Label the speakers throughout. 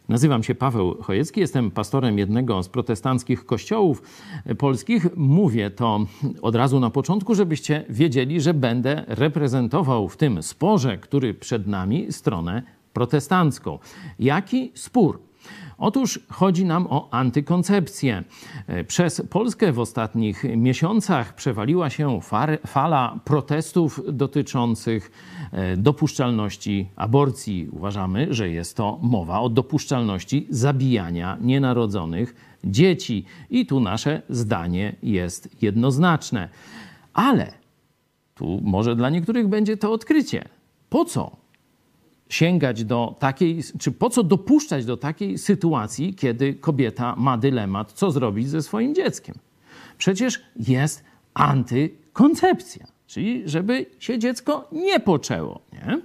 Speaker 1: Nazywam się Paweł Chojecki, jestem pastorem jednego z protestanckich kościołów polskich. Mówię to od razu na początku, żebyście wiedzieli, że będę reprezentował w tym sporze, który przed nami, stronę protestancką. Jaki spór? Otóż chodzi nam o antykoncepcję. Przez Polskę w ostatnich miesiącach przewaliła się fala protestów dotyczących dopuszczalności aborcji. Uważamy, że jest to mowa o dopuszczalności zabijania nienarodzonych dzieci. I tu nasze zdanie jest jednoznaczne. Ale tu może dla niektórych będzie to odkrycie. Po co sięgać do takiej, czy po co dopuszczać do takiej sytuacji, kiedy kobieta ma dylemat, co zrobić ze swoim dzieckiem? Przecież jest antykoncepcja, czyli żeby się dziecko nie poczęło. Nie?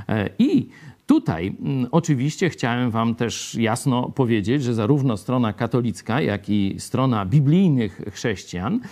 Speaker 1: I tutaj oczywiście chciałem wam też jasno powiedzieć, że zarówno strona katolicka, jak i strona biblijnych chrześcijan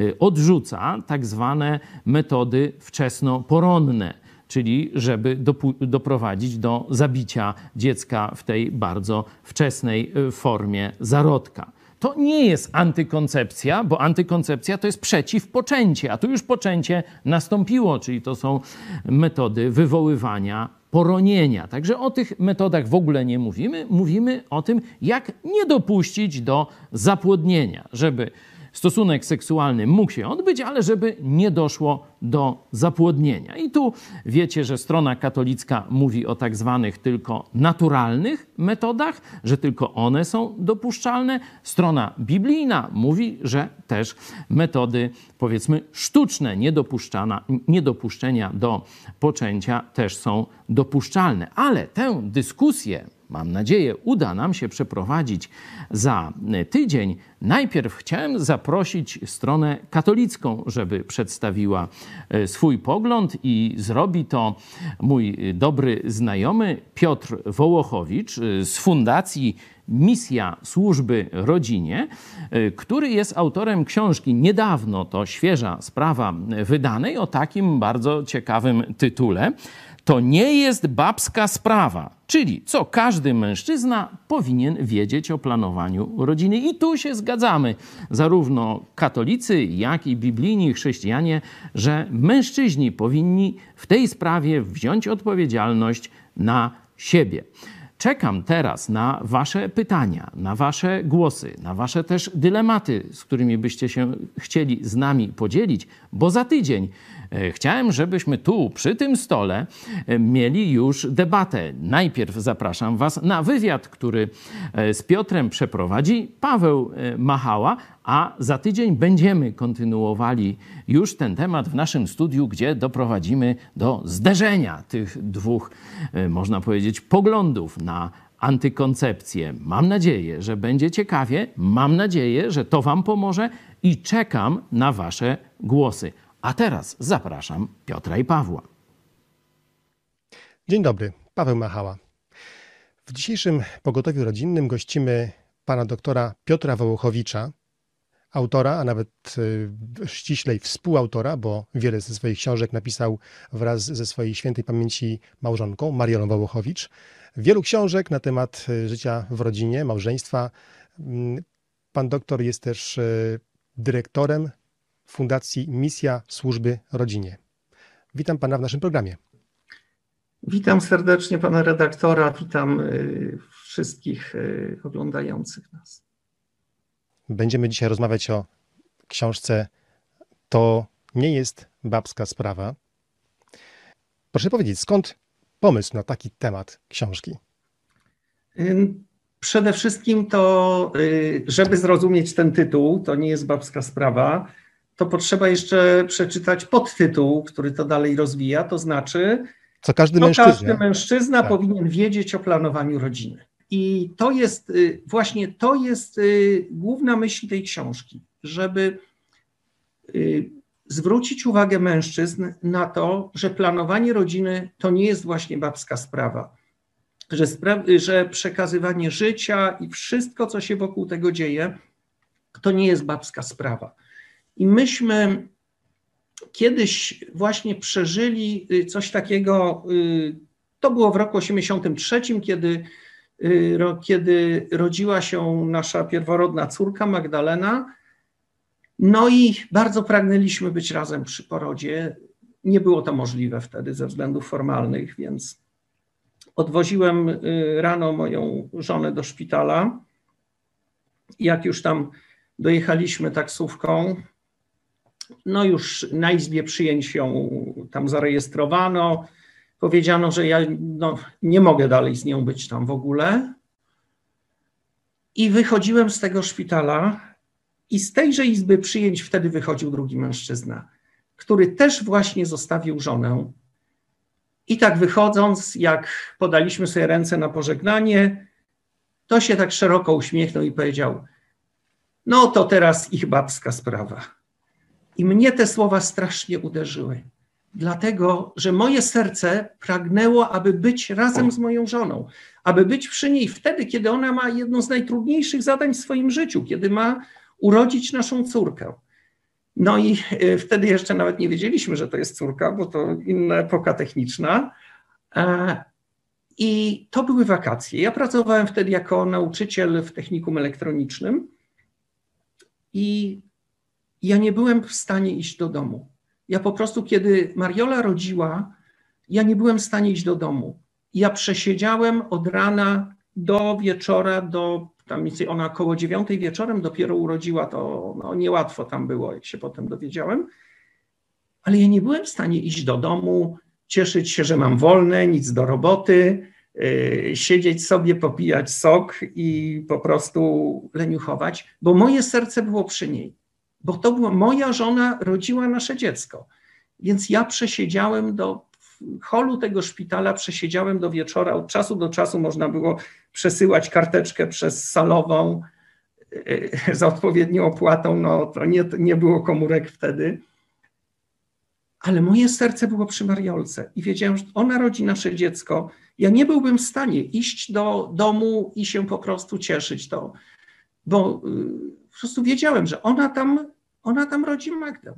Speaker 1: odrzuca tak zwane metody wczesnoporonne, czyli żeby doprowadzić do zabicia dziecka w tej bardzo wczesnej formie zarodka. To nie jest antykoncepcja, bo antykoncepcja to jest przeciwpoczęcie, a tu już poczęcie nastąpiło, czyli to są metody wywoływania poronienia. Także o tych metodach w ogóle nie mówimy. Mówimy o tym, jak nie dopuścić do zapłodnienia, żeby stosunek seksualny mógł się odbyć, ale żeby nie doszło do zapłodnienia. I tu wiecie, że strona katolicka mówi o tak zwanych tylko naturalnych metodach, że tylko one są dopuszczalne. Strona biblijna mówi, że też metody, powiedzmy, sztuczne, niedopuszczenia do poczęcia też są dopuszczalne. Ale tę dyskusję, mam nadzieję, uda nam się przeprowadzić za tydzień. Najpierw chciałem zaprosić stronę katolicką, żeby przedstawiła swój pogląd i zrobi to mój dobry znajomy Piotr Wołochowicz z Fundacji Misja Służby Rodzinie, który jest autorem książki, niedawno, to świeża sprawa, wydanej o takim bardzo ciekawym tytule: To nie jest babska sprawa, czyli co każdy mężczyzna powinien wiedzieć o planowaniu rodziny. I tu się zgadzamy, zarówno katolicy, jak i biblijni chrześcijanie, że mężczyźni powinni w tej sprawie wziąć odpowiedzialność na siebie. Czekam teraz na wasze pytania, na wasze głosy, na wasze też dylematy, z którymi byście się chcieli z nami podzielić, bo za tydzień chciałem, żebyśmy tu przy tym stole mieli już debatę. Najpierw zapraszam was na wywiad, który z Piotrem przeprowadzi Paweł Machała, a za tydzień będziemy kontynuowali już ten temat w naszym studiu, gdzie doprowadzimy do zderzenia tych dwóch, można powiedzieć, poglądów na antykoncepcję. Mam nadzieję, że będzie ciekawie, mam nadzieję, że to wam pomoże i czekam na wasze głosy. A teraz zapraszam Piotra i Pawła.
Speaker 2: Dzień dobry, Paweł Machała. W dzisiejszym Pogotowiu Rodzinnym gościmy pana doktora Piotra Wołochowicza, autora, a nawet ściślej współautora, bo wiele ze swoich książek napisał wraz ze swojej świętej pamięci małżonką, Mariolą Wołochowicz. Wielu książek na temat życia w rodzinie, małżeństwa. Pan doktor jest też dyrektorem Fundacji Misja Służby Rodzinie. Witam pana w naszym programie.
Speaker 3: Witam serdecznie pana redaktora, witam wszystkich oglądających nas.
Speaker 2: Będziemy dzisiaj rozmawiać o książce To nie jest babska sprawa. Proszę powiedzieć, skąd pomysł na taki temat książki?
Speaker 3: Przede wszystkim to, żeby zrozumieć ten tytuł, to nie jest babska sprawa, to potrzeba jeszcze przeczytać podtytuł, który to dalej rozwija, to znaczy
Speaker 2: co każdy
Speaker 3: mężczyzna powinien wiedzieć o planowaniu rodziny. I to jest właśnie główna myśl tej książki, żeby zwrócić uwagę mężczyzn na to, że planowanie rodziny to nie jest właśnie babska sprawa, że przekazywanie życia i wszystko, co się wokół tego dzieje, to nie jest babska sprawa. I myśmy kiedyś właśnie przeżyli coś takiego, to było w roku 1983, kiedy kiedy rodziła się nasza pierworodna córka Magdalena. No i bardzo pragnęliśmy być razem przy porodzie. Nie było to możliwe wtedy ze względów formalnych, więc odwoziłem rano moją żonę do szpitala. Jak już tam dojechaliśmy taksówką, no już na izbie przyjęć ją tam zarejestrowano. Powiedziano, że ja nie mogę dalej z nią być tam w ogóle. I wychodziłem z tego szpitala i z tejże izby przyjęć wtedy wychodził drugi mężczyzna, który też właśnie zostawił żonę. I tak wychodząc, jak podaliśmy sobie ręce na pożegnanie, to się tak szeroko uśmiechnął i powiedział: no to teraz ich babska sprawa. I mnie te słowa strasznie uderzyły, dlatego że moje serce pragnęło, aby być razem z moją żoną, aby być przy niej wtedy, kiedy ona ma jedno z najtrudniejszych zadań w swoim życiu, kiedy ma urodzić naszą córkę. No i wtedy jeszcze nawet nie wiedzieliśmy, że to jest córka, bo to inna epoka techniczna. I to były wakacje. Ja pracowałem wtedy jako nauczyciel w technikum elektronicznym i ja nie byłem w stanie iść do domu. Ja po prostu, kiedy Mariola rodziła, ja nie byłem w stanie iść do domu. Ja przesiedziałem od rana do wieczora, tam ona około 9 wieczorem dopiero urodziła, to niełatwo tam było, jak się potem dowiedziałem. Ale ja nie byłem w stanie iść do domu, cieszyć się, że mam wolne, nic do roboty, siedzieć sobie, popijać sok i po prostu leniuchować, bo moje serce było przy niej. Bo to była moja żona, rodziła nasze dziecko. Więc ja przesiedziałem w holu tego szpitala, przesiedziałem do wieczora. Od czasu do czasu można było przesyłać karteczkę przez salową za odpowiednią opłatą. No to nie było komórek wtedy. Ale moje serce było przy Mariolce i wiedziałem, że ona rodzi nasze dziecko. Ja nie byłbym w stanie iść do domu i się po prostu cieszyć to, bo po prostu wiedziałem, że ona tam rodzi Magdę.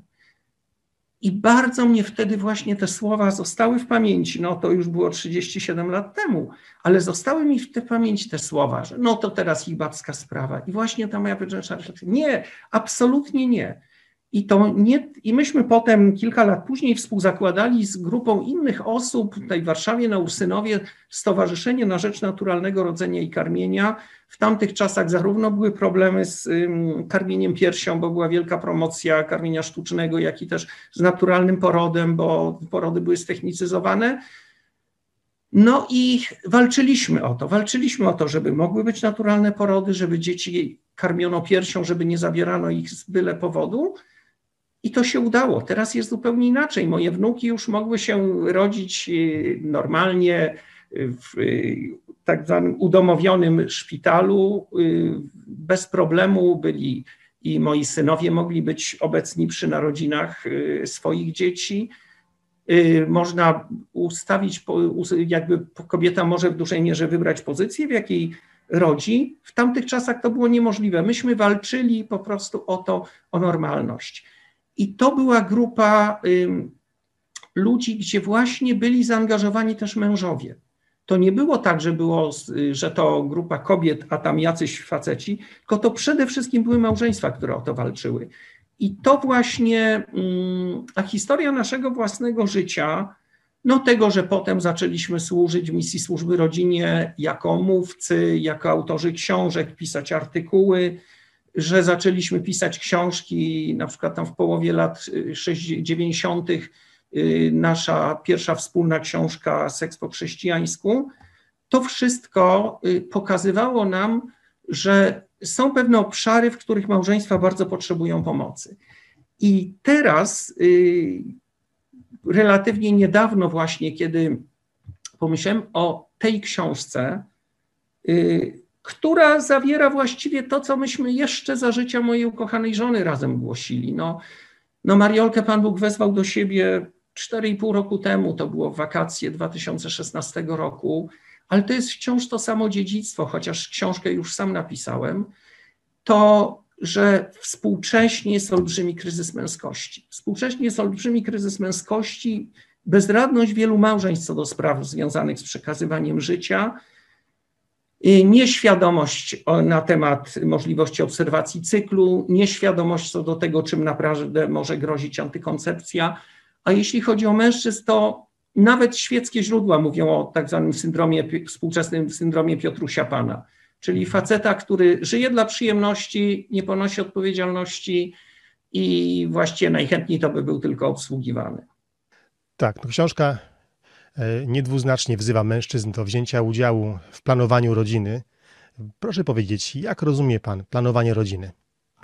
Speaker 3: I bardzo mnie wtedy właśnie te słowa zostały w pamięci. No to już było 37 lat temu, ale zostały mi w pamięci te słowa, że no to teraz ich babska sprawa. I właśnie ta moja powiedziała: nie, absolutnie nie. I myśmy potem, kilka lat później, współzakładali z grupą innych osób tutaj w Warszawie na Ursynowie Stowarzyszenie na Rzecz Naturalnego Rodzenia i Karmienia. W tamtych czasach zarówno były problemy z karmieniem piersią, bo była wielka promocja karmienia sztucznego, jak i też z naturalnym porodem, bo porody były ztechnicyzowane. No i walczyliśmy o to, żeby mogły być naturalne porody, żeby dzieci karmiono piersią, żeby nie zabierano ich z byle powodu. I to się udało. Teraz jest zupełnie inaczej. Moje wnuki już mogły się rodzić normalnie w tak zwanym udomowionym szpitalu. Bez problemu byli i moi synowie mogli być obecni przy narodzinach swoich dzieci. Można ustawić, jakby kobieta może w dużej mierze wybrać pozycję, w jakiej rodzi. W tamtych czasach to było niemożliwe. Myśmy walczyli po prostu o normalność. I to była grupa ludzi, gdzie właśnie byli zaangażowani też mężowie. To nie było tak, że to grupa kobiet, a tam jacyś faceci, tylko to przede wszystkim były małżeństwa, które o to walczyły. I to właśnie a historia naszego własnego życia, no tego, że potem zaczęliśmy służyć w misji służby rodzinie jako mówcy, jako autorzy książek, pisać artykuły, że zaczęliśmy pisać książki, na przykład tam w połowie lat 90. nasza pierwsza wspólna książka Seks po chrześcijańsku. To wszystko pokazywało nam, że są pewne obszary, w których małżeństwa bardzo potrzebują pomocy. I teraz, relatywnie niedawno właśnie, kiedy pomyślałem o tej książce, która zawiera właściwie to, co myśmy jeszcze za życia mojej ukochanej żony razem głosili. No Mariolkę Pan Bóg wezwał do siebie 4,5 roku temu, to było w wakacje 2016 roku, ale to jest wciąż to samo dziedzictwo, chociaż książkę już sam napisałem, to, że współcześnie jest olbrzymi kryzys męskości. Współcześnie jest olbrzymi kryzys męskości, bezradność wielu małżeństw co do spraw związanych z przekazywaniem życia. Nieświadomość na temat możliwości obserwacji cyklu, nieświadomość co do tego, czym naprawdę może grozić antykoncepcja. A jeśli chodzi o mężczyzn, to nawet świeckie źródła mówią o tak zwanym współczesnym syndromie Piotrusia Pana, czyli faceta, który żyje dla przyjemności, nie ponosi odpowiedzialności i właściwie najchętniej to by był tylko obsługiwany.
Speaker 2: Tak, no książka niedwuznacznie wzywa mężczyzn do wzięcia udziału w planowaniu rodziny. Proszę powiedzieć, jak rozumie pan planowanie rodziny?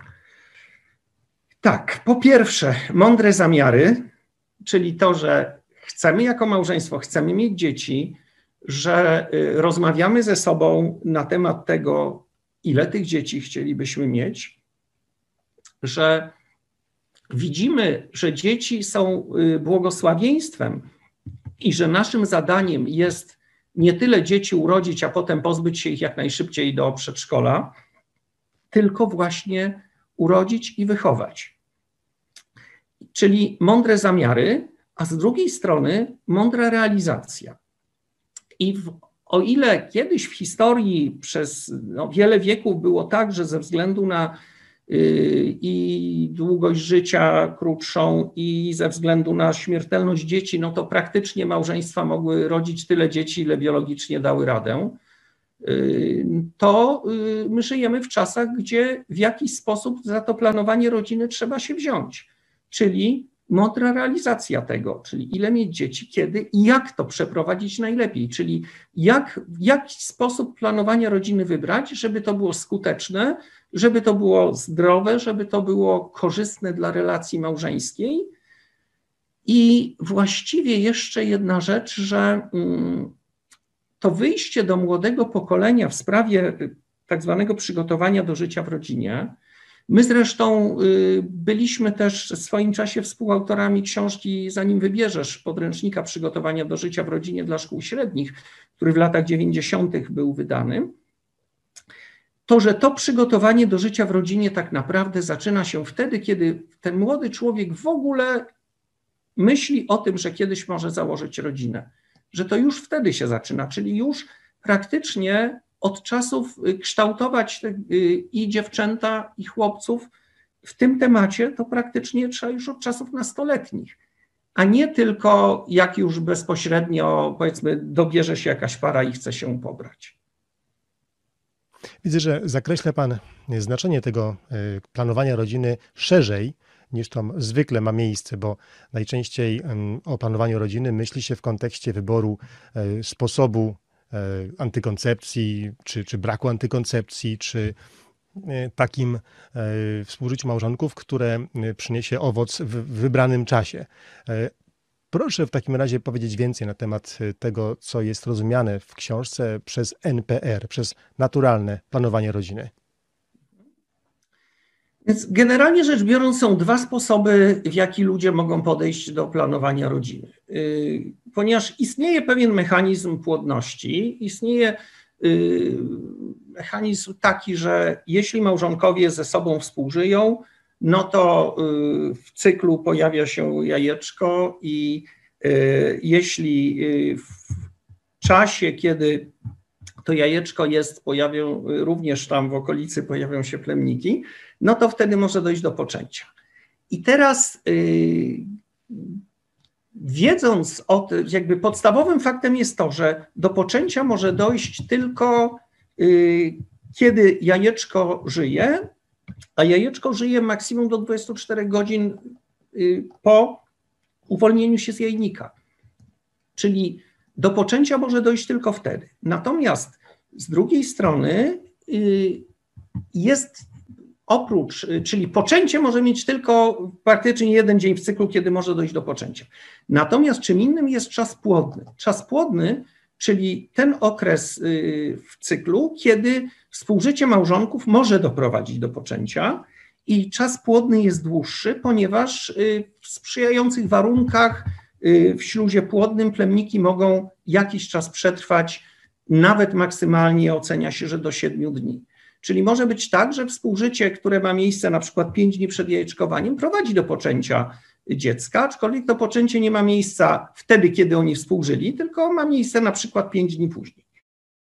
Speaker 3: Tak, po pierwsze, mądre zamiary, czyli to, że chcemy jako małżeństwo, chcemy mieć dzieci, że rozmawiamy ze sobą na temat tego, ile tych dzieci chcielibyśmy mieć, że widzimy, że dzieci są błogosławieństwem i że naszym zadaniem jest nie tyle dzieci urodzić, a potem pozbyć się ich jak najszybciej do przedszkola, tylko właśnie urodzić i wychować. Czyli mądre zamiary, a z drugiej strony mądra realizacja. I o ile kiedyś w historii przez wiele wieków było tak, że ze względu na i długość życia krótszą i ze względu na śmiertelność dzieci, no to praktycznie małżeństwa mogły rodzić tyle dzieci, ile biologicznie dały radę, to my żyjemy w czasach, gdzie w jakiś sposób za to planowanie rodziny trzeba się wziąć, czyli mądra realizacja tego, czyli ile mieć dzieci, kiedy i jak to przeprowadzić najlepiej, czyli w jaki sposób planowania rodziny wybrać, żeby to było skuteczne, żeby to było zdrowe, żeby to było korzystne dla relacji małżeńskiej. I właściwie jeszcze jedna rzecz, że to wyjście do młodego pokolenia w sprawie tak zwanego przygotowania do życia w rodzinie. My zresztą byliśmy też w swoim czasie współautorami książki Zanim wybierzesz, podręcznika przygotowania do życia w rodzinie dla szkół średnich, który w latach 90. był wydany. To, że to przygotowanie do życia w rodzinie tak naprawdę zaczyna się wtedy, kiedy ten młody człowiek w ogóle myśli o tym, że kiedyś może założyć rodzinę, że to już wtedy się zaczyna, czyli już praktycznie od czasów kształtować i dziewczęta, i chłopców w tym temacie, to praktycznie trzeba już od czasów nastoletnich, a nie tylko jak już bezpośrednio, powiedzmy, dobierze się jakaś para i chce się pobrać.
Speaker 2: Widzę, że zakreśla pan znaczenie tego planowania rodziny szerzej, niż to zwykle ma miejsce, bo najczęściej o planowaniu rodziny myśli się w kontekście wyboru sposobu antykoncepcji, czy braku antykoncepcji, czy takim współżyciu małżonków, które przyniesie owoc w wybranym czasie. Proszę w takim razie powiedzieć więcej na temat tego, co jest rozumiane w książce przez NPR, przez naturalne planowanie rodziny.
Speaker 3: Więc generalnie rzecz biorąc są dwa sposoby, w jaki ludzie mogą podejść do planowania rodziny. Ponieważ istnieje pewien mechanizm płodności, istnieje mechanizm taki, że jeśli małżonkowie ze sobą współżyją, no to w cyklu pojawia się jajeczko i jeśli w czasie, kiedy to jajeczko jest, również tam w okolicy pojawią się plemniki, no to wtedy może dojść do poczęcia. I teraz wiedząc o tym, jakby podstawowym faktem jest to, że do poczęcia może dojść tylko kiedy jajeczko żyje, a jajeczko żyje maksimum do 24 godzin po uwolnieniu się z jajnika. Czyli do poczęcia może dojść tylko wtedy. Natomiast z drugiej strony jest czyli poczęcie może mieć tylko praktycznie jeden dzień w cyklu, kiedy może dojść do poczęcia. Natomiast czym innym jest czas płodny. Czas płodny, czyli ten okres w cyklu, kiedy współżycie małżonków może doprowadzić do poczęcia i czas płodny jest dłuższy, ponieważ w sprzyjających warunkach w śluzie płodnym plemniki mogą jakiś czas przetrwać, nawet maksymalnie ocenia się, że do 7 dni. Czyli może być tak, że współżycie, które ma miejsce na przykład 5 dni przed jajeczkowaniem, prowadzi do poczęcia dziecka, aczkolwiek to poczęcie nie ma miejsca wtedy, kiedy oni współżyli, tylko ma miejsce na przykład 5 dni później.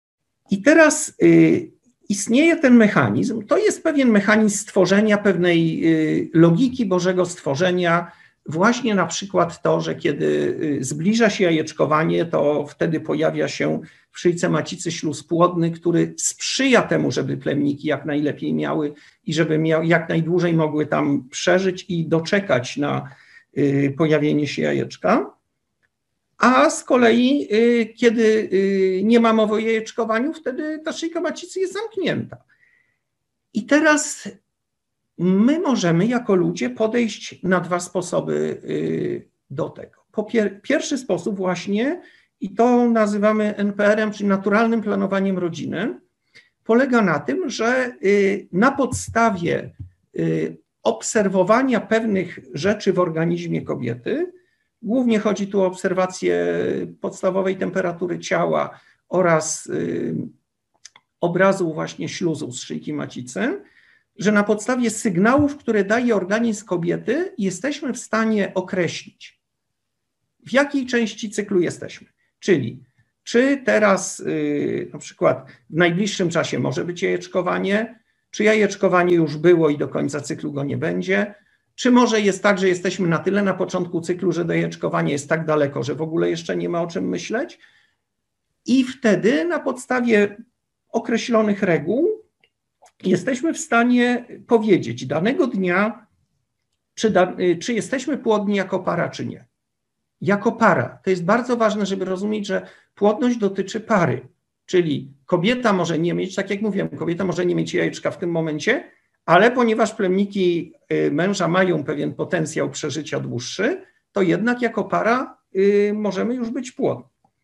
Speaker 3: I teraz istnieje ten mechanizm, to jest pewien mechanizm stworzenia pewnej logiki Bożego stworzenia, właśnie na przykład to, że kiedy zbliża się jajeczkowanie, to wtedy pojawia się w szyjce macicy śluz płodny, który sprzyja temu, żeby plemniki jak najlepiej miały i żeby jak najdłużej mogły tam przeżyć i doczekać na pojawienie się jajeczka. A z kolei, kiedy nie ma mowy o jajeczkowaniu, wtedy ta szyjka macicy jest zamknięta. I teraz my możemy jako ludzie podejść na dwa sposoby do tego. Pierwszy sposób właśnie, i to nazywamy NPR-em, czyli naturalnym planowaniem rodziny, polega na tym, że na podstawie obserwowania pewnych rzeczy w organizmie kobiety, głównie chodzi tu o obserwację podstawowej temperatury ciała oraz obrazu właśnie śluzu z szyjki macicy, że na podstawie sygnałów, które daje organizm kobiety, jesteśmy w stanie określić, w jakiej części cyklu jesteśmy. Czyli czy teraz na przykład w najbliższym czasie może być jajeczkowanie, czy jajeczkowanie już było i do końca cyklu go nie będzie, czy może jest tak, że jesteśmy na tyle na początku cyklu, że do jajeczkowania jest tak daleko, że w ogóle jeszcze nie ma o czym myśleć. I wtedy na podstawie określonych reguł jesteśmy w stanie powiedzieć danego dnia, czy jesteśmy płodni jako para, czy nie. Jako para. To jest bardzo ważne, żeby rozumieć, że płodność dotyczy pary. Czyli kobieta może nie mieć, tak jak mówiłem, kobieta może nie mieć jajeczka w tym momencie, ale ponieważ plemniki męża mają pewien potencjał przeżycia dłuższy, to jednak jako para możemy już być płodni.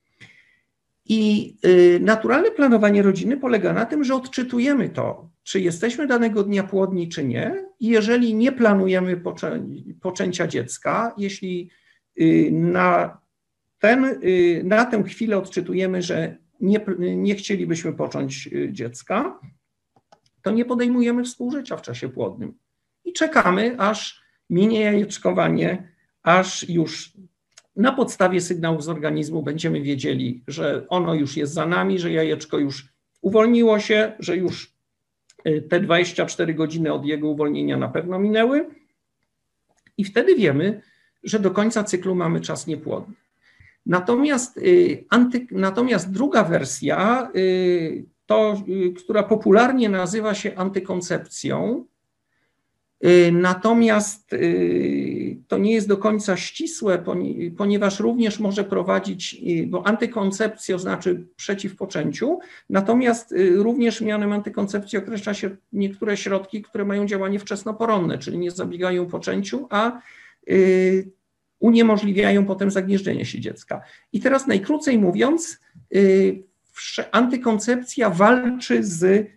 Speaker 3: I naturalne planowanie rodziny polega na tym, że odczytujemy to, czy jesteśmy danego dnia płodni, czy nie. I jeżeli nie planujemy poczęcia dziecka, jeśli na tę chwilę odczytujemy, że nie chcielibyśmy począć dziecka, to nie podejmujemy współżycia w czasie płodnym. I czekamy, aż minie jajeczkowanie, aż już na podstawie sygnałów z organizmu będziemy wiedzieli, że ono już jest za nami, że jajeczko już uwolniło się, że już te 24 godziny od jego uwolnienia na pewno minęły. I wtedy wiemy, że do końca cyklu mamy czas niepłodny. Natomiast druga wersja, która popularnie nazywa się antykoncepcją, natomiast to nie jest do końca ścisłe, ponieważ również może prowadzić, bo antykoncepcja znaczy przeciw poczęciu, natomiast również mianem antykoncepcji określa się niektóre środki, które mają działanie wczesnoporonne, czyli nie zabiegają poczęciu, a uniemożliwiają potem zagnieżdżenie się dziecka. I teraz najkrócej mówiąc, antykoncepcja walczy z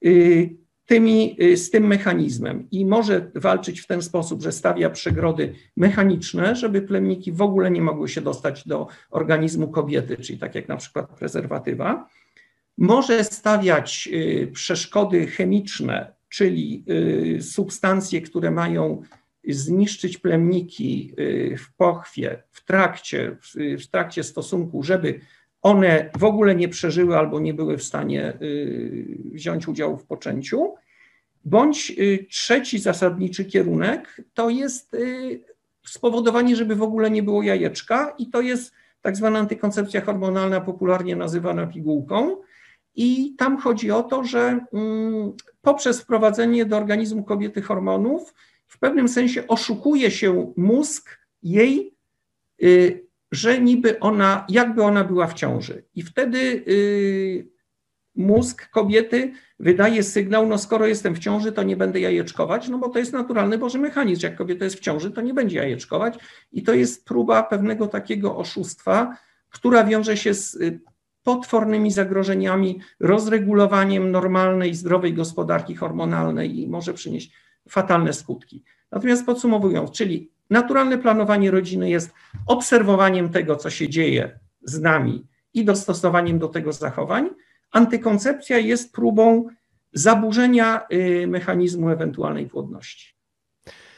Speaker 3: tym mechanizmem i może walczyć w ten sposób, że stawia przegrody mechaniczne, żeby plemniki w ogóle nie mogły się dostać do organizmu kobiety, czyli tak jak na przykład prezerwatywa. Może stawiać przeszkody chemiczne, czyli substancje, które mają zniszczyć plemniki w pochwie, w trakcie stosunku, żeby one w ogóle nie przeżyły albo nie były w stanie wziąć udziału w poczęciu. Bądź trzeci zasadniczy kierunek to jest spowodowanie, żeby w ogóle nie było jajeczka i to jest tak zwana antykoncepcja hormonalna, popularnie nazywana pigułką. I tam chodzi o to, że poprzez wprowadzenie do organizmu kobiety hormonów w pewnym sensie oszukuje się mózg jej, że jakby ona była w ciąży. I wtedy mózg kobiety wydaje sygnał, no skoro jestem w ciąży, to nie będę jajeczkować, no bo to jest naturalny Boży mechanizm. Jak kobieta jest w ciąży, to nie będzie jajeczkować. I to jest próba pewnego takiego oszustwa, która wiąże się z potwornymi zagrożeniami, rozregulowaniem normalnej, zdrowej gospodarki hormonalnej i może przynieść fatalne skutki. Natomiast podsumowując, czyli naturalne planowanie rodziny jest obserwowaniem tego, co się dzieje z nami i dostosowaniem do tego zachowań. Antykoncepcja jest próbą zaburzenia mechanizmu ewentualnej płodności.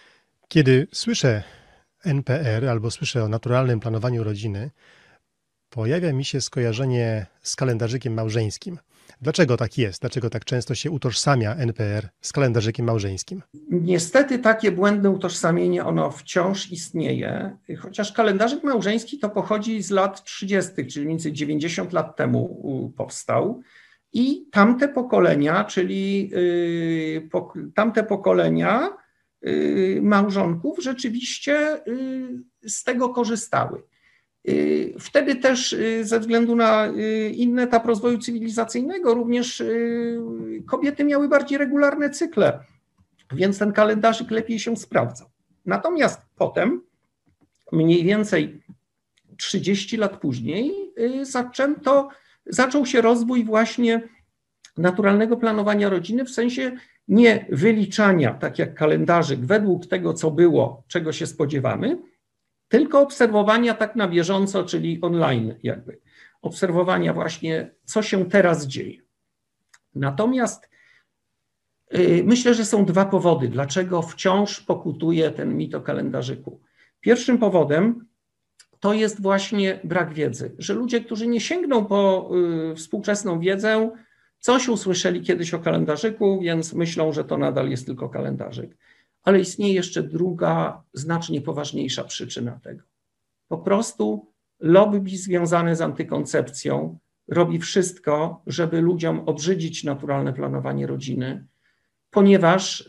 Speaker 2: Kiedy słyszę NPR albo słyszę o naturalnym planowaniu rodziny, Pojawia mi się skojarzenie z kalendarzykiem małżeńskim. Dlaczego tak jest? Dlaczego tak często się utożsamia NPR z kalendarzykiem małżeńskim?
Speaker 3: Niestety takie błędne utożsamienie, ono wciąż istnieje, chociaż kalendarzyk małżeński to pochodzi z lat 30., czyli mniej więcej 90 lat temu powstał i tamte pokolenia, czyli tamte pokolenia małżonków rzeczywiście z tego korzystały. Wtedy też ze względu na inny etap rozwoju cywilizacyjnego również kobiety miały bardziej regularne cykle, więc ten kalendarzyk lepiej się sprawdzał. Natomiast potem, mniej więcej 30 lat później, zaczął się rozwój właśnie naturalnego planowania rodziny, w sensie nie wyliczania, tak jak kalendarzyk, według tego, co było, czego się spodziewamy, tylko obserwowania tak na bieżąco, czyli online jakby. Obserwowania właśnie, co się teraz dzieje. Natomiast myślę, że są dwa powody, dlaczego wciąż pokutuje ten mit o kalendarzyku. Pierwszym powodem to jest właśnie brak wiedzy, że ludzie, którzy nie sięgną po współczesną wiedzę, coś usłyszeli kiedyś o kalendarzyku, więc myślą, że to nadal jest tylko kalendarzyk. Ale istnieje jeszcze druga, znacznie poważniejsza przyczyna tego. Po prostu lobby związane z antykoncepcją robi wszystko, żeby ludziom obrzydzić naturalne planowanie rodziny, ponieważ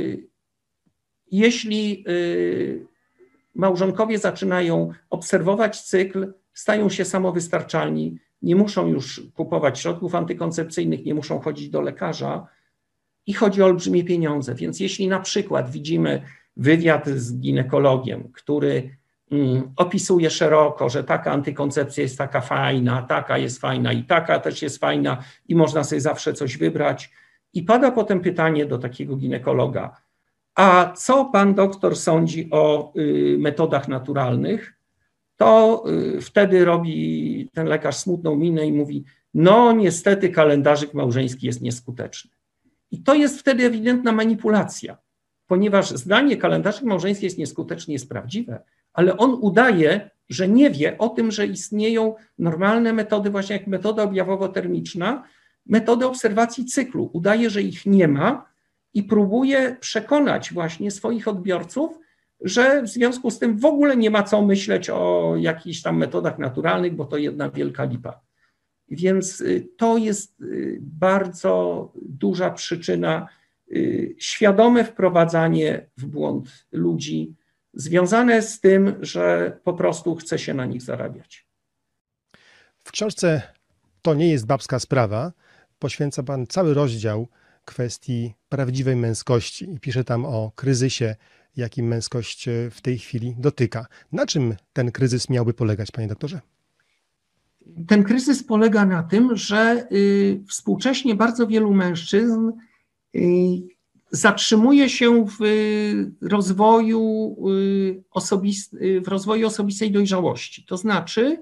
Speaker 3: jeśli małżonkowie zaczynają obserwować cykl, stają się samowystarczalni, nie muszą już kupować środków antykoncepcyjnych, nie muszą chodzić do lekarza i chodzi o olbrzymie pieniądze. Więc jeśli na przykład widzimy wywiad z ginekologiem, który opisuje szeroko, że taka antykoncepcja jest taka jest fajna i taka też jest fajna i można sobie zawsze coś wybrać. I pada potem pytanie do takiego ginekologa, a co pan doktor sądzi o metodach naturalnych? To wtedy robi ten lekarz smutną minę i mówi, no niestety kalendarzyk małżeński jest nieskuteczny. I to jest wtedy ewidentna manipulacja, ponieważ zdanie kalendarzyk małżeński jest nieskuteczny jest prawdziwe, ale on udaje, że nie wie o tym, że istnieją normalne metody, właśnie jak metoda objawowo-termiczna, metody obserwacji cyklu. Udaje, że ich nie ma i próbuje przekonać właśnie swoich odbiorców, że w związku z tym w ogóle nie ma co myśleć o jakichś tam metodach naturalnych, bo to jedna wielka lipa. Więc to jest bardzo duża przyczyna, świadome wprowadzanie w błąd ludzi, związane z tym, że po prostu chce się na nich zarabiać.
Speaker 2: W książce To nie jest babska sprawa poświęca pan cały rozdział kwestii prawdziwej męskości i pisze tam o kryzysie, jakim męskość w tej chwili dotyka. Na czym ten kryzys miałby polegać, panie doktorze?
Speaker 3: Ten kryzys polega na tym, że współcześnie bardzo wielu mężczyzn zatrzymuje się w rozwoju osobistej dojrzałości. To znaczy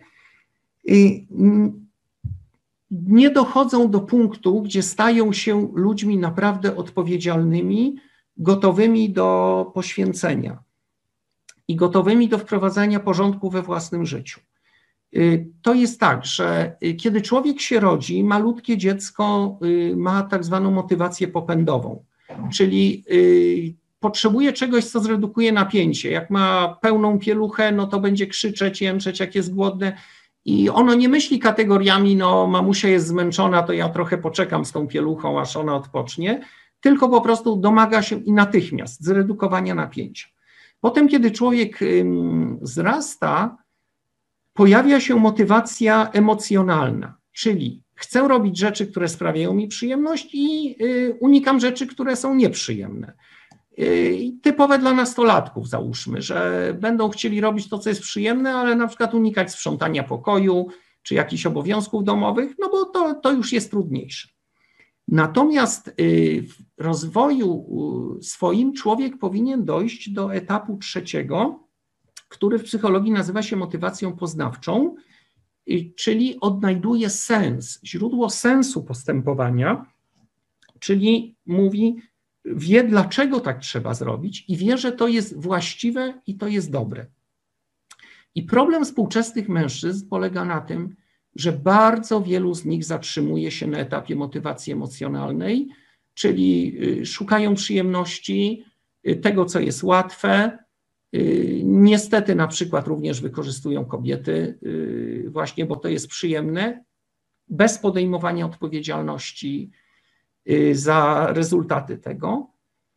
Speaker 3: nie dochodzą do punktu, gdzie stają się ludźmi naprawdę odpowiedzialnymi, gotowymi do poświęcenia i gotowymi do wprowadzania porządku we własnym życiu. To jest tak, że kiedy człowiek się rodzi, malutkie dziecko ma tak zwaną motywację popędową, czyli potrzebuje czegoś, co zredukuje napięcie. Jak ma pełną pieluchę, no to będzie krzyczeć, jęczeć, jak jest głodne i ono nie myśli kategoriami, no mamusia jest zmęczona, to ja trochę poczekam z tą pieluchą, aż ona odpocznie, tylko po prostu domaga się i natychmiast zredukowania napięcia. Potem, kiedy człowiek wzrasta, pojawia się motywacja emocjonalna, czyli chcę robić rzeczy, które sprawiają mi przyjemność i unikam rzeczy, które są nieprzyjemne. Typowe dla nastolatków, załóżmy, że będą chcieli robić to, co jest przyjemne, ale na przykład unikać sprzątania pokoju czy jakichś obowiązków domowych, no bo to już jest trudniejsze. Natomiast w rozwoju swoim człowiek powinien dojść do etapu trzeciego, który w psychologii nazywa się motywacją poznawczą, czyli odnajduje sens, źródło sensu postępowania, czyli mówi, wie, dlaczego tak trzeba zrobić i wie, że to jest właściwe i to jest dobre. I problem współczesnych mężczyzn polega na tym, że bardzo wielu z nich zatrzymuje się na etapie motywacji emocjonalnej, czyli szukają przyjemności, tego, co jest łatwe. Niestety na przykład również wykorzystują kobiety właśnie, bo to jest przyjemne, bez podejmowania odpowiedzialności za rezultaty tego.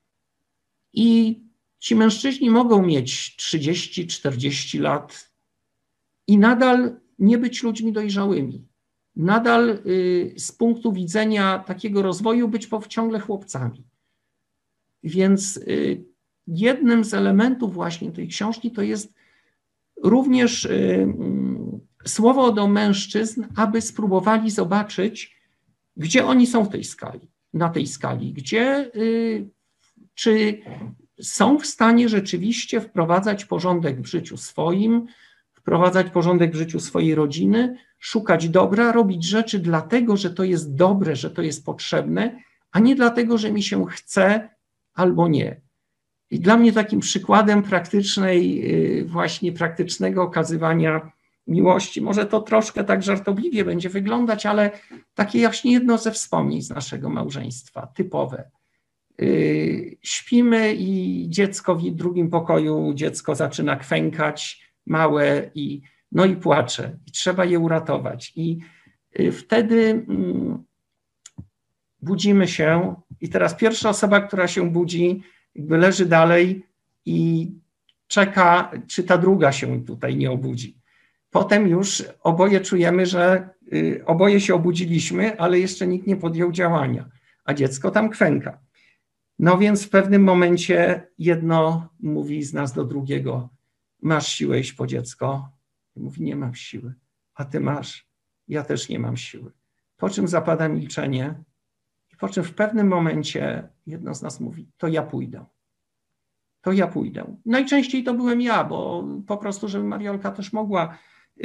Speaker 3: I ci mężczyźni mogą mieć 30-40 lat i nadal nie być ludźmi dojrzałymi. Nadal z punktu widzenia takiego rozwoju być ciągle chłopcami. Więc jednym z elementów właśnie tej książki to jest również słowo do mężczyzn, aby spróbowali zobaczyć, gdzie oni są w tej skali, na tej skali, czy są w stanie rzeczywiście wprowadzać porządek w życiu swoim, wprowadzać porządek w życiu swojej rodziny, szukać dobra, robić rzeczy dlatego, że to jest dobre, że to jest potrzebne, a nie dlatego, że mi się chce albo nie. I dla mnie takim przykładem praktycznego okazywania miłości, może to troszkę tak żartobliwie będzie wyglądać, ale takie właśnie jedno ze wspomnień z naszego małżeństwa, typowe. Śpimy i dziecko w drugim pokoju, dziecko zaczyna kwękać, małe i płacze i trzeba je uratować. I wtedy budzimy się i teraz pierwsza osoba, która się budzi, jakby leży dalej i czeka, czy ta druga się tutaj nie obudzi. Potem już oboje czujemy, że oboje się obudziliśmy, ale jeszcze nikt nie podjął działania, a dziecko tam kwęka. No więc w pewnym momencie jedno mówi z nas do drugiego: masz siłę iść po dziecko? I mówi: nie mam siły. A ty masz? Ja też nie mam siły. Po czym zapada milczenie i po czym w pewnym momencie jedno z nas mówi: to ja pójdę. To ja pójdę. Najczęściej to byłem ja, bo po prostu, żeby Mariolka też mogła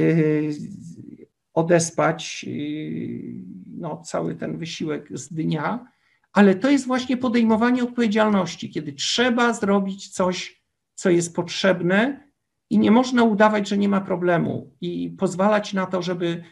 Speaker 3: odespać cały ten wysiłek z dnia, ale to jest właśnie podejmowanie odpowiedzialności, kiedy trzeba zrobić coś, co jest potrzebne i nie można udawać, że nie ma problemu i pozwalać na to, żeby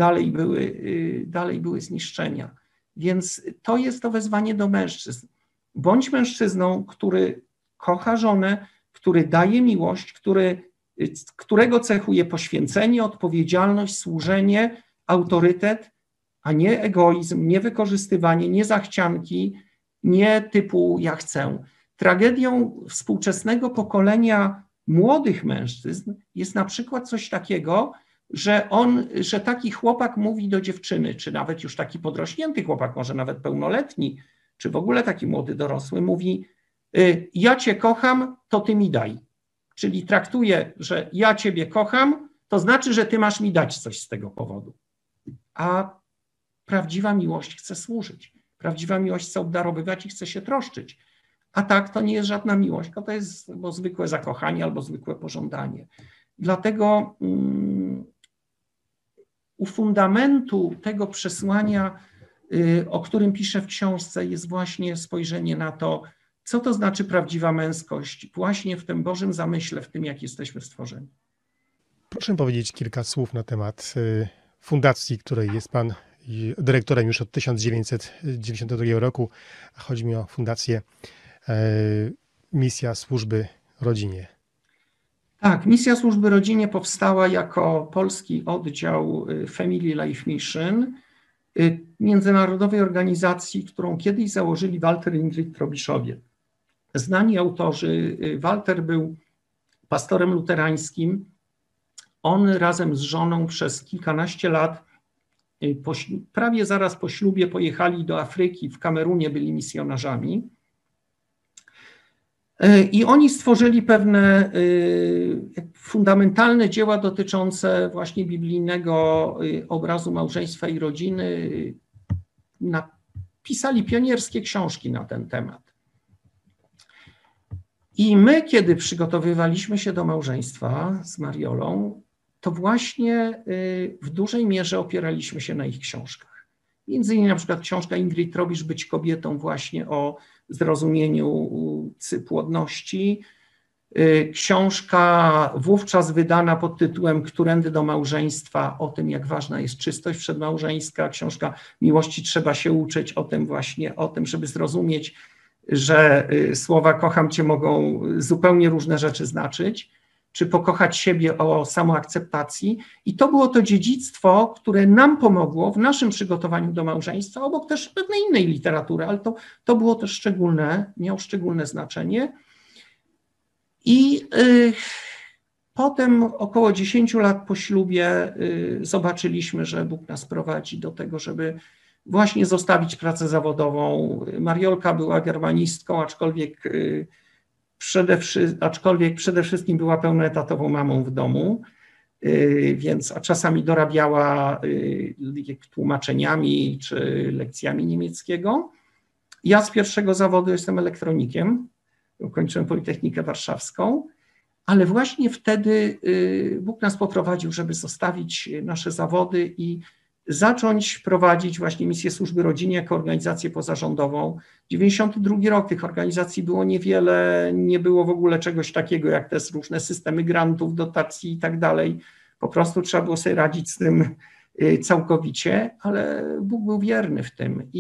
Speaker 3: dalej były zniszczenia. Więc to jest to wezwanie do mężczyzn. Bądź mężczyzną, który kocha żonę, który daje miłość, którego cechuje poświęcenie, odpowiedzialność, służenie, autorytet, a nie egoizm, nie wykorzystywanie, nie zachcianki, nie typu ja chcę. Tragedią współczesnego pokolenia młodych mężczyzn jest na przykład coś takiego, że taki chłopak mówi do dziewczyny, czy nawet już taki podrośnięty chłopak, może nawet pełnoletni, czy w ogóle taki młody dorosły, mówi: ja cię kocham, to ty mi daj. Czyli traktuje, że ja ciebie kocham, to znaczy, że ty masz mi dać coś z tego powodu. A prawdziwa miłość chce służyć. Prawdziwa miłość chce obdarowywać i chce się troszczyć. A tak to nie jest żadna miłość, to jest albo zwykłe zakochanie, albo zwykłe pożądanie. Dlatego u fundamentu tego przesłania, o którym piszę w książce, jest właśnie spojrzenie na to, co to znaczy prawdziwa męskość właśnie w tym Bożym zamyśle, w tym, jak jesteśmy stworzeni.
Speaker 2: Proszę powiedzieć kilka słów na temat fundacji, której jest pan dyrektorem już od 1992 roku. Chodzi mi o fundację Misja Służby Rodzinie.
Speaker 3: Tak, Misja Służby Rodzinie powstała jako polski oddział Family Life Mission, międzynarodowej organizacji, którą kiedyś założyli Walter i Ingrid Trobiszowie. Znani autorzy. Walter był pastorem luterańskim. On razem z żoną przez kilkanaście lat, prawie zaraz po ślubie, pojechali do Afryki. W Kamerunie byli misjonarzami. I oni stworzyli pewne fundamentalne dzieła dotyczące właśnie biblijnego obrazu małżeństwa i rodziny. Napisali pionierskie książki na ten temat. I my, kiedy przygotowywaliśmy się do małżeństwa z Mariolą, to właśnie w dużej mierze opieraliśmy się na ich książkach. Między innymi na przykład książka Ingrid Trobisz "Być kobietą", właśnie o zrozumieniu płodności. Książka wówczas wydana pod tytułem Którędy do małżeństwa, o tym, jak ważna jest czystość przedmałżeńska. Książka Miłości trzeba się uczyć, o tym właśnie, o tym, żeby zrozumieć, że słowa kocham cię mogą zupełnie różne rzeczy znaczyć, czy pokochać siebie, o samoakceptacji. I to było to dziedzictwo, które nam pomogło w naszym przygotowaniu do małżeństwa, obok też pewnej innej literatury, ale to było też szczególne, miało szczególne znaczenie. I potem około 10 lat po ślubie zobaczyliśmy, że Bóg nas prowadzi do tego, żeby właśnie zostawić pracę zawodową. Mariolka była germanistką, aczkolwiek przede wszystkim była pełnoetatową mamą w domu, a czasami dorabiała tłumaczeniami czy lekcjami niemieckiego. Ja z pierwszego zawodu jestem elektronikiem, ukończyłem Politechnikę Warszawską, ale właśnie wtedy Bóg nas poprowadził, żeby zostawić nasze zawody i zacząć prowadzić właśnie misję służby rodzinie jako organizację pozarządową. 92 rok, tych organizacji było niewiele, nie było w ogóle czegoś takiego jak te różne systemy grantów, dotacji i tak dalej. Po prostu trzeba było sobie radzić z tym całkowicie, ale Bóg był wierny w tym.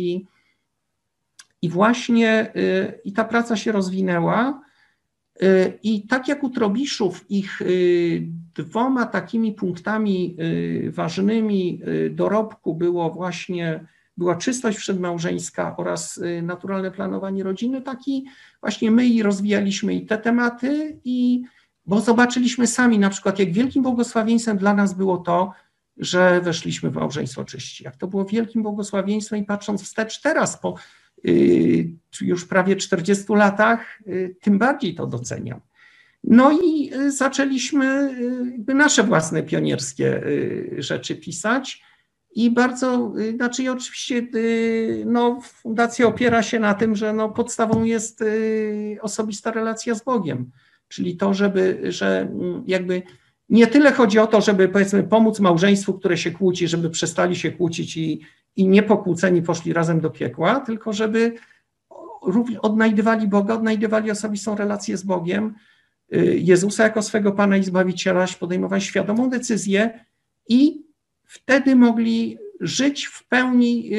Speaker 3: I właśnie ta praca się rozwinęła. I tak jak u Trobiszów, ich dwoma takimi punktami ważnymi dorobku była czystość przedmałżeńska oraz naturalne planowanie rodziny, taki właśnie my i rozwijaliśmy i te tematy, bo zobaczyliśmy sami na przykład, jak wielkim błogosławieństwem dla nas było to, że weszliśmy w małżeństwo czyści. Jak to było wielkim błogosławieństwem i patrząc wstecz teraz po już prawie 40 latach, tym bardziej to doceniam. No i zaczęliśmy nasze własne pionierskie rzeczy pisać i oczywiście fundacja opiera się na tym, że podstawą jest osobista relacja z Bogiem, czyli to, że jakby nie tyle chodzi o to, żeby powiedzmy pomóc małżeństwu, które się kłóci, żeby przestali się kłócić i niepokłóceni poszli razem do piekła, tylko żeby odnajdywali Boga, odnajdywali osobistą relację z Bogiem, Jezusa jako swego Pana i Zbawiciela, podejmowali świadomą decyzję i wtedy mogli żyć w pełni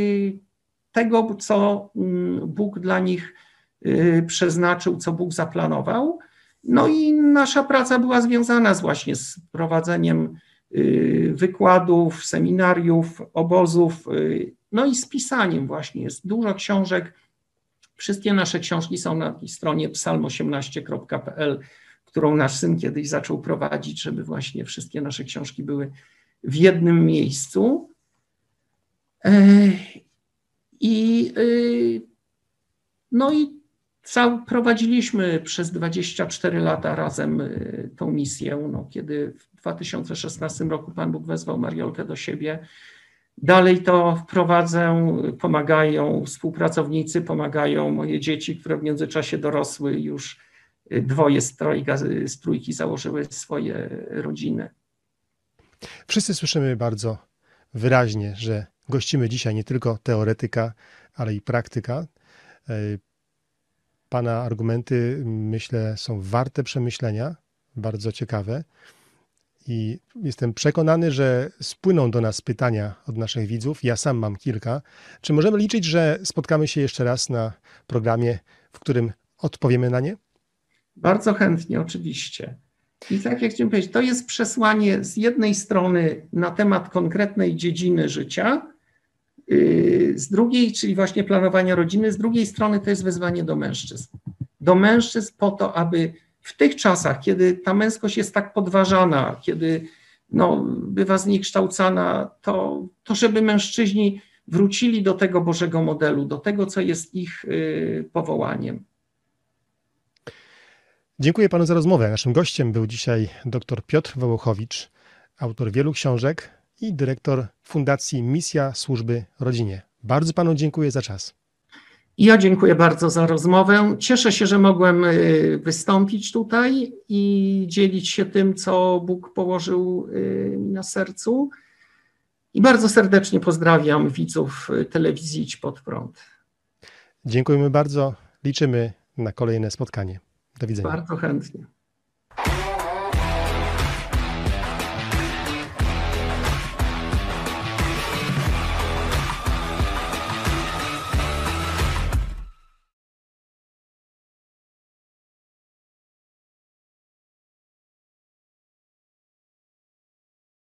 Speaker 3: tego, co Bóg dla nich przeznaczył, co Bóg zaplanował. No i nasza praca była związana właśnie z prowadzeniem wykładów, seminariów, obozów, no i z pisaniem właśnie. Jest dużo książek. Wszystkie nasze książki są na stronie psalm18.pl, którą nasz syn kiedyś zaczął prowadzić, żeby właśnie wszystkie nasze książki były w jednym miejscu. Prowadziliśmy przez 24 lata razem tą misję. Kiedy w 2016 roku Pan Bóg wezwał Mariolkę do siebie. Dalej to prowadzę, pomagają współpracownicy, pomagają moje dzieci, które w międzyczasie dorosły, już dwoje z trójki założyły swoje rodziny.
Speaker 2: Wszyscy słyszymy bardzo wyraźnie, że gościmy dzisiaj nie tylko teoretyka, ale i praktyka. Pana argumenty, myślę, są warte przemyślenia, bardzo ciekawe i jestem przekonany, że spłyną do nas pytania od naszych widzów. Ja sam mam kilka. Czy możemy liczyć, że spotkamy się jeszcze raz na programie, w którym odpowiemy na nie?
Speaker 3: Bardzo chętnie, oczywiście. I tak jak chciałem powiedzieć, to jest przesłanie z jednej strony na temat konkretnej dziedziny życia, z drugiej, czyli właśnie planowania rodziny, z drugiej strony to jest wezwanie do mężczyzn. Do mężczyzn po to, aby w tych czasach, kiedy ta męskość jest tak podważana, kiedy bywa zniekształcana, to żeby mężczyźni wrócili do tego Bożego modelu, do tego, co jest ich powołaniem.
Speaker 2: Dziękuję panu za rozmowę. Naszym gościem był dzisiaj dr Piotr Wołochowicz, autor wielu książek i dyrektor Fundacji Misja Służby Rodzinie. Bardzo panu dziękuję za czas.
Speaker 3: Ja dziękuję bardzo za rozmowę. Cieszę się, że mogłem wystąpić tutaj i dzielić się tym, co Bóg położył mi na sercu. I bardzo serdecznie pozdrawiam widzów telewizji Idź Pod Prąd.
Speaker 2: Dziękujemy bardzo. Liczymy na kolejne spotkanie. Do widzenia.
Speaker 3: Bardzo chętnie.